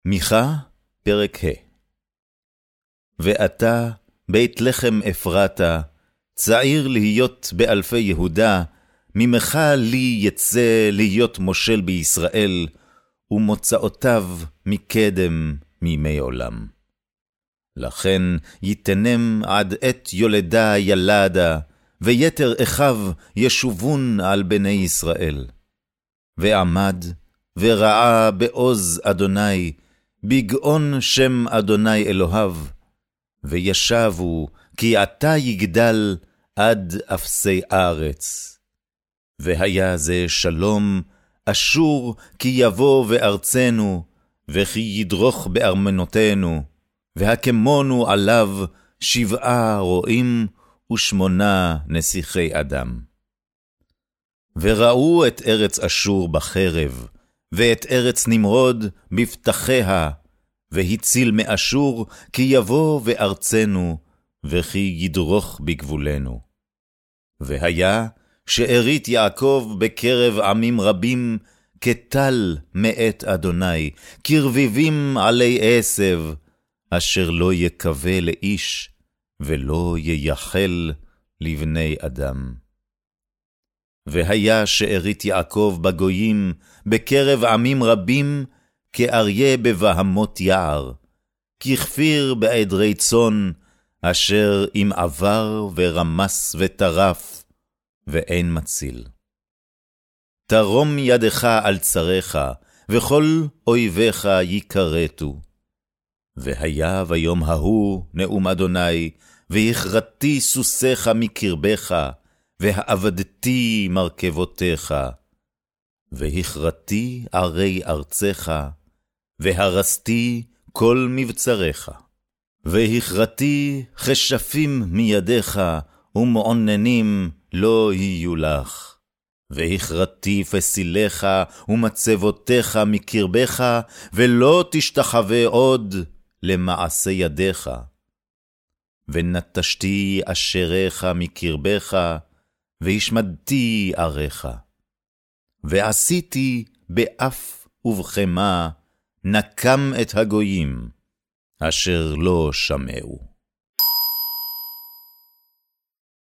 מיכה, פרק ה'. ואתה, בית לחם אפרתה, צעיר להיות באלפי יהודה, ממך לי יצא להיות מושל בישראל, ומוצאותיו מקדם מימי עולם. לכן יתנם עד עת יולדה ילדה, ויתר אחיו ישובון על בני ישראל. ועמד וראה בעוז אדוני, בגאון שם אדוני אלוהיו, וישבו כי עתה יגדל עד אפסי ארץ. והיה זה שלום, אשור כי יבוא בארצנו, וכי ידרוך בארמנותינו, והקמונו עליו 7 רועים ו8 נסיכי אדם. וראו את ארץ אשור בחרב, ואת ארץ נמרוד בפתחיה, והציל מאשור כי יבוא בארצנו, וכי ידרוך בגבולנו. והיה שארית יעקב בקרב עמים רבים, כטל מאת אדוני, כרביבים עלי עשב, אשר לא יקווה לאיש, ולא ייחל לבני אדם. והיה שארית יעקב בגויים, בקרב עמים רבים, כאריה בבהמות יער, ככפיר בעדרי צאן, אשר אם עבר ורמס וטרף, ואין מציל. תרום ידך על צריך, וכל אויביך יכרתו. והיה ביום ההוא נאום אדוני, והכרתי סוסיך מקרבך, והעבדתי מרכבותיך, והכרתי ערי ארצך, והרסתי כל מבצריך, והכרתי כשפים מידיך, ומעוננים לא יהיו לך. והכרתי פסיליך ומצבותיך מקרבך, ולא תשתחווה עוד למעשה ידיך. ונטשתי אשריך מקרבך, והשמדתי עריך. ועשיתי באף ובחמה, נקם את הגויים, אשר לא שמעו.